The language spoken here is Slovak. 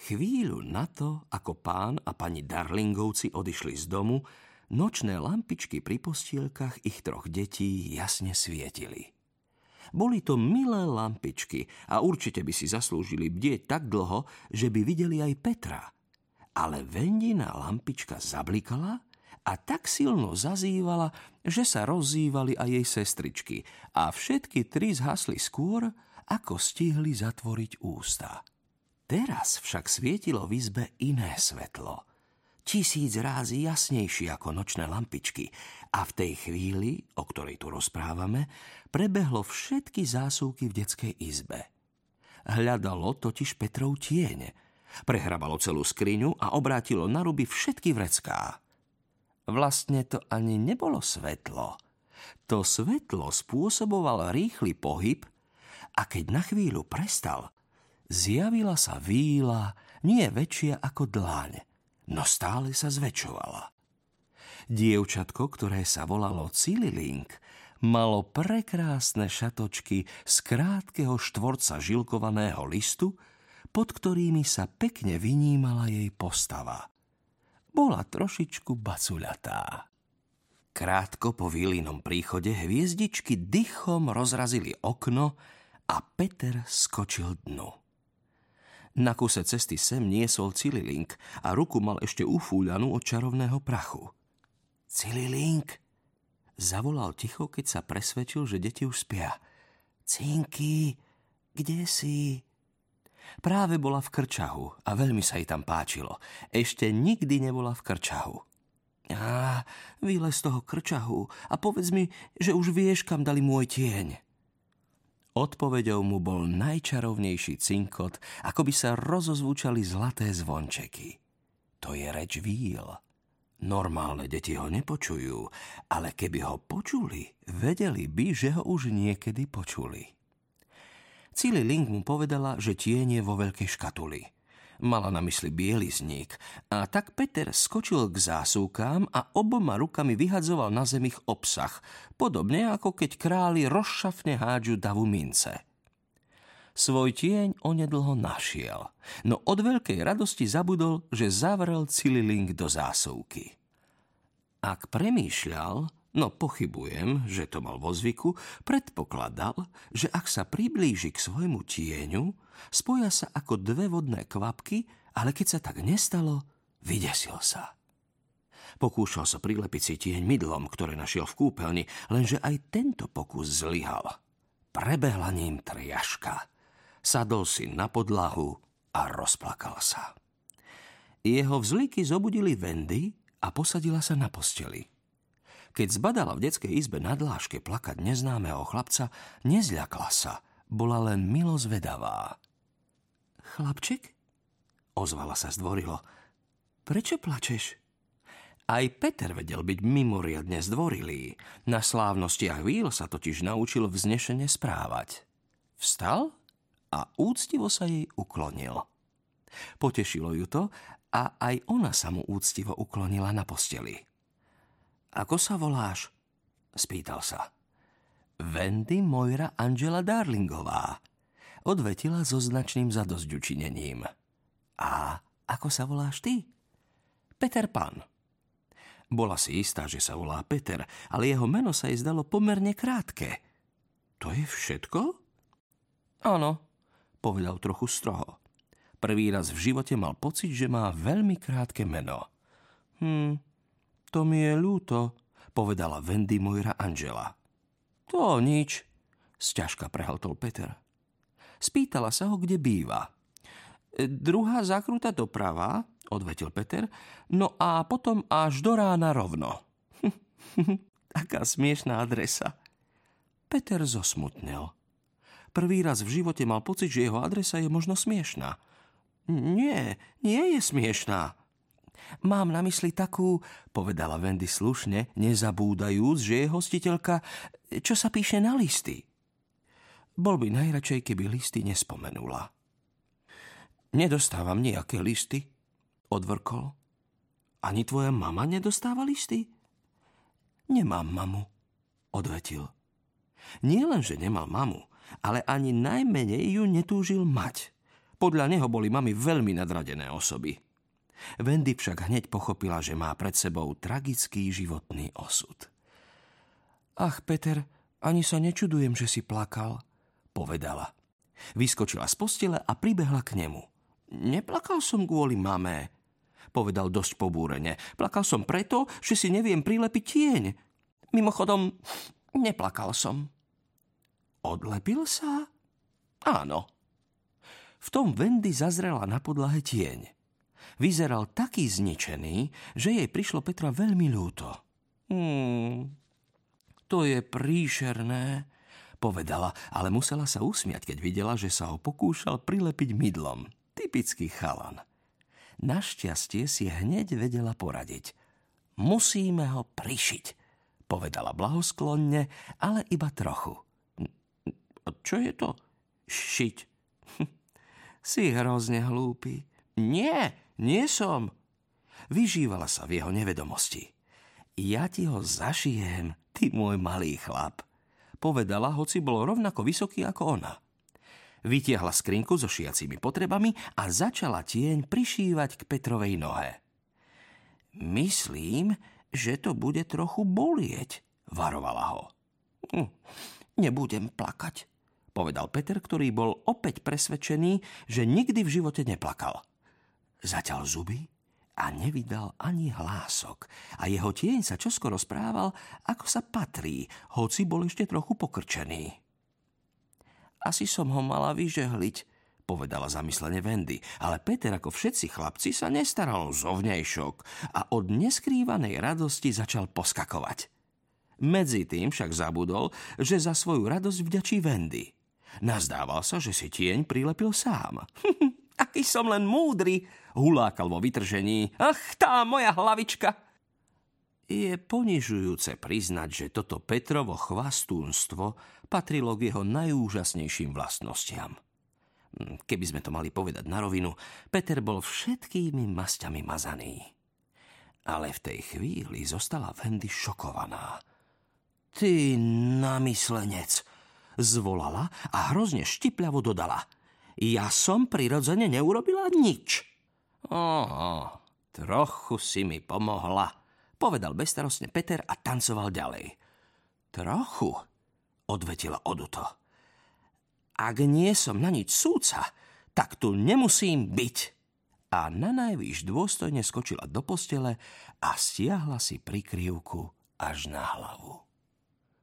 Chvíľu na to, ako pán a pani Darlingovci odišli z domu, nočné lampičky pri postielkach ich 3 detí jasne svietili. Boli to milé lampičky a určite by si zaslúžili bdieť tak dlho, že by videli aj Petra. Ale Vendina lampička zablikala a tak silno zazývala, že sa rozzývali aj jej sestričky a všetky 3 zhasli skôr, ako stihli zatvoriť ústa. Teraz však svietilo v izbe iné svetlo. 1000 rázy jasnejšie ako nočné lampičky a v tej chvíli, o ktorej tu rozprávame, prebehlo všetky zásuvky v detskej izbe. Hľadalo totiž Petrov tieň, prehrabalo celú skriňu a obrátilo na ruby všetky vrecká. Vlastne to ani nebolo svetlo. To svetlo spôsoboval rýchly pohyb a keď na chvíľu prestal, zjavila sa víla nie väčšia ako dláň, no stále sa zväčšovala. Dievčatko, ktoré sa volalo Cililing, malo prekrásne šatočky z krátkeho štvorca žilkovaného listu, pod ktorými sa pekne vynímala jej postava. Bola trošičku bacuľatá. Krátko po Vílinom príchode hviezdičky dychom rozrazili okno a Peter skočil dnu. Na kuse cesty sem niesol Cililing a ruku mal ešte ufúľanú od čarovného prachu. Cililing, zavolal ticho, keď sa presvedčil, že deti už spia. Cinky, kde si? Práve bola v Krčahu a veľmi sa jej tam páčilo. Ešte nikdy nebola v Krčahu. Vylez z toho Krčahu a povedz mi, že už vieš, kam dali môj tieň. Odpoveďou mu bol najčarovnejší cinkot, ako by sa rozozvúčali zlaté zvončeky. To je reč víl. Normálne deti ho nepočujú, ale keby ho počuli, vedeli by, že ho už niekedy počuli. Cililing mu povedala, že tieň je vo veľkej škatuli. Mala na mysli bielizník a tak Peter skočil k zásuvkám a oboma rukami vyhadzoval na zem ich obsah, podobne ako keď králi rozšafne hádžu davu mince. Svoj tieň onedlho našiel, no od veľkej radosti zabudol, že zavrel Cililing do zásuvky. Ak premýšľal, no pochybujem, že to mal vo zvyku, predpokladal, že ak sa priblíži k svojmu tieňu, spoja sa ako 2 vodné kvapky, ale keď sa tak nestalo, vydesil sa. Pokúšal sa prilepiť si tieň mydlom, ktoré našiel v kúpeľni, lenže aj tento pokus zlyhal. Prebehla ním triaška. Sadol si na podlahu a rozplakal sa. Jeho vzliky zobudili Wendy a posadila sa na posteli. Keď zbadala v detskej izbe na dláške plakať neznámeho chlapca, nezľakla sa, bola len milo zvedavá. Chlapček? Ozvala sa zdvorilo. Prečo plačeš? Aj Peter vedel byť mimoriadne zdvorilý. Na slávnostiach víl sa totiž naučil vznešene správať. Vstal a úctivo sa jej uklonil. Potešilo ju to a aj ona sa mu úctivo uklonila na posteli. Ako sa voláš? Spýtal sa. Wendy Moira Angela Darlingová, odvetila so značným zadosťučinením. A ako sa voláš ty? Peter Pan. Bola si istá, že sa volá Peter, ale jeho meno sa jej zdalo pomerne krátke. To je všetko? Áno, povedal trochu stroho. Prvý raz v živote mal pocit, že má veľmi krátke meno. To mi je ľúto, povedala Wendy Moira Angela. To nič, sťažka prehltol Peter. Spýtala sa ho, kde býva. Druhá zakruta doprava, odvetil Peter, no a potom až do rána rovno. Taká smiešná adresa. Peter zosmutnel. Prvý raz v živote mal pocit, že jeho adresa je možno smiešná. Nie je smiešná. Mám na mysli takú, povedala Wendy slušne, nezabúdajúc, že je hostiteľka, čo sa píše na listy. Bol by najradšej, keby listy nespomenula. Nedostávam nejaké listy, odvrkol. Ani tvoja mama nedostáva listy? Nemám mamu, odvetil. Nie len, že nemal mamu, ale ani najmenej ju netúžil mať. Podľa neho boli mami veľmi nadradené osoby. Wendy však hneď pochopila, že má pred sebou tragický životný osud. Ach, Peter, ani sa nečudujem, že si plakal, povedala. Vyskočila z postele a pribehla k nemu. Neplakal som kvôli mame, povedal dosť pobúrene. Plakal som preto, že si neviem prilepiť tieň. Mimochodom, neplakal som. Odlepil sa? Áno. V tom Wendy zazrela na podlahe tieň. Vyzeral taký zničený, že jej prišlo Petra veľmi ľúto. To je príšerné, povedala, ale musela sa usmiať, keď videla, že sa ho pokúšal prilepiť mydlom. Typický chalan. Našťastie si hneď vedela poradiť. Musíme ho prišiť, povedala blahosklonne, ale iba trochu. Čo je to? Šiť. Si hrozne hlúpy. Nie som. Vyžívala sa v jeho nevedomosti. Ja ti ho zašijem, ty môj malý chlap, povedala, hoci bol rovnako vysoký ako ona. Vytiahla skrinku so šijacími potrebami a začala tieň prišívať k Petrovej nohe. Myslím, že to bude trochu bolieť, varovala ho. Nebudem plakať, povedal Peter, ktorý bol opäť presvedčený, že nikdy v živote neplakal. Zaťal zuby a nevydal ani hlások a jeho tieň sa čoskoro správal, ako sa patrí, hoci bol ešte trochu pokrčený. Asi som ho mala vyžehliť, povedala zamyslene Wendy, ale Peter ako všetci chlapci sa nestaral o zovňajšok a od neskrývanej radosti začal poskakovať. Medzi tým však zabudol, že za svoju radosť vďačí Wendy. Nazdával sa, že si tieň prilepil sám. Aký som len múdry, hulákal vo vytržení. Ach, tá moja hlavička. Je ponižujúce priznať, že toto Petrovo chvastúnstvo patrilo k jeho najúžasnejším vlastnostiam. Keby sme to mali povedať na rovinu, Peter bol všetkými masťami mazaný. Ale v tej chvíli zostala Wendy šokovaná. Ty namyslenec, zvolala a hrozne štipľavo dodala. Ja som prirodzene neurobila nič. Trochu si mi pomohla, povedal bezstarostne Peter a tancoval ďalej. Trochu, odvetila oduto. Ak nie som na nič súca, tak tu nemusím byť. A nanajvýš dôstojne skočila do postele a stiahla si prikryvku až na hlavu.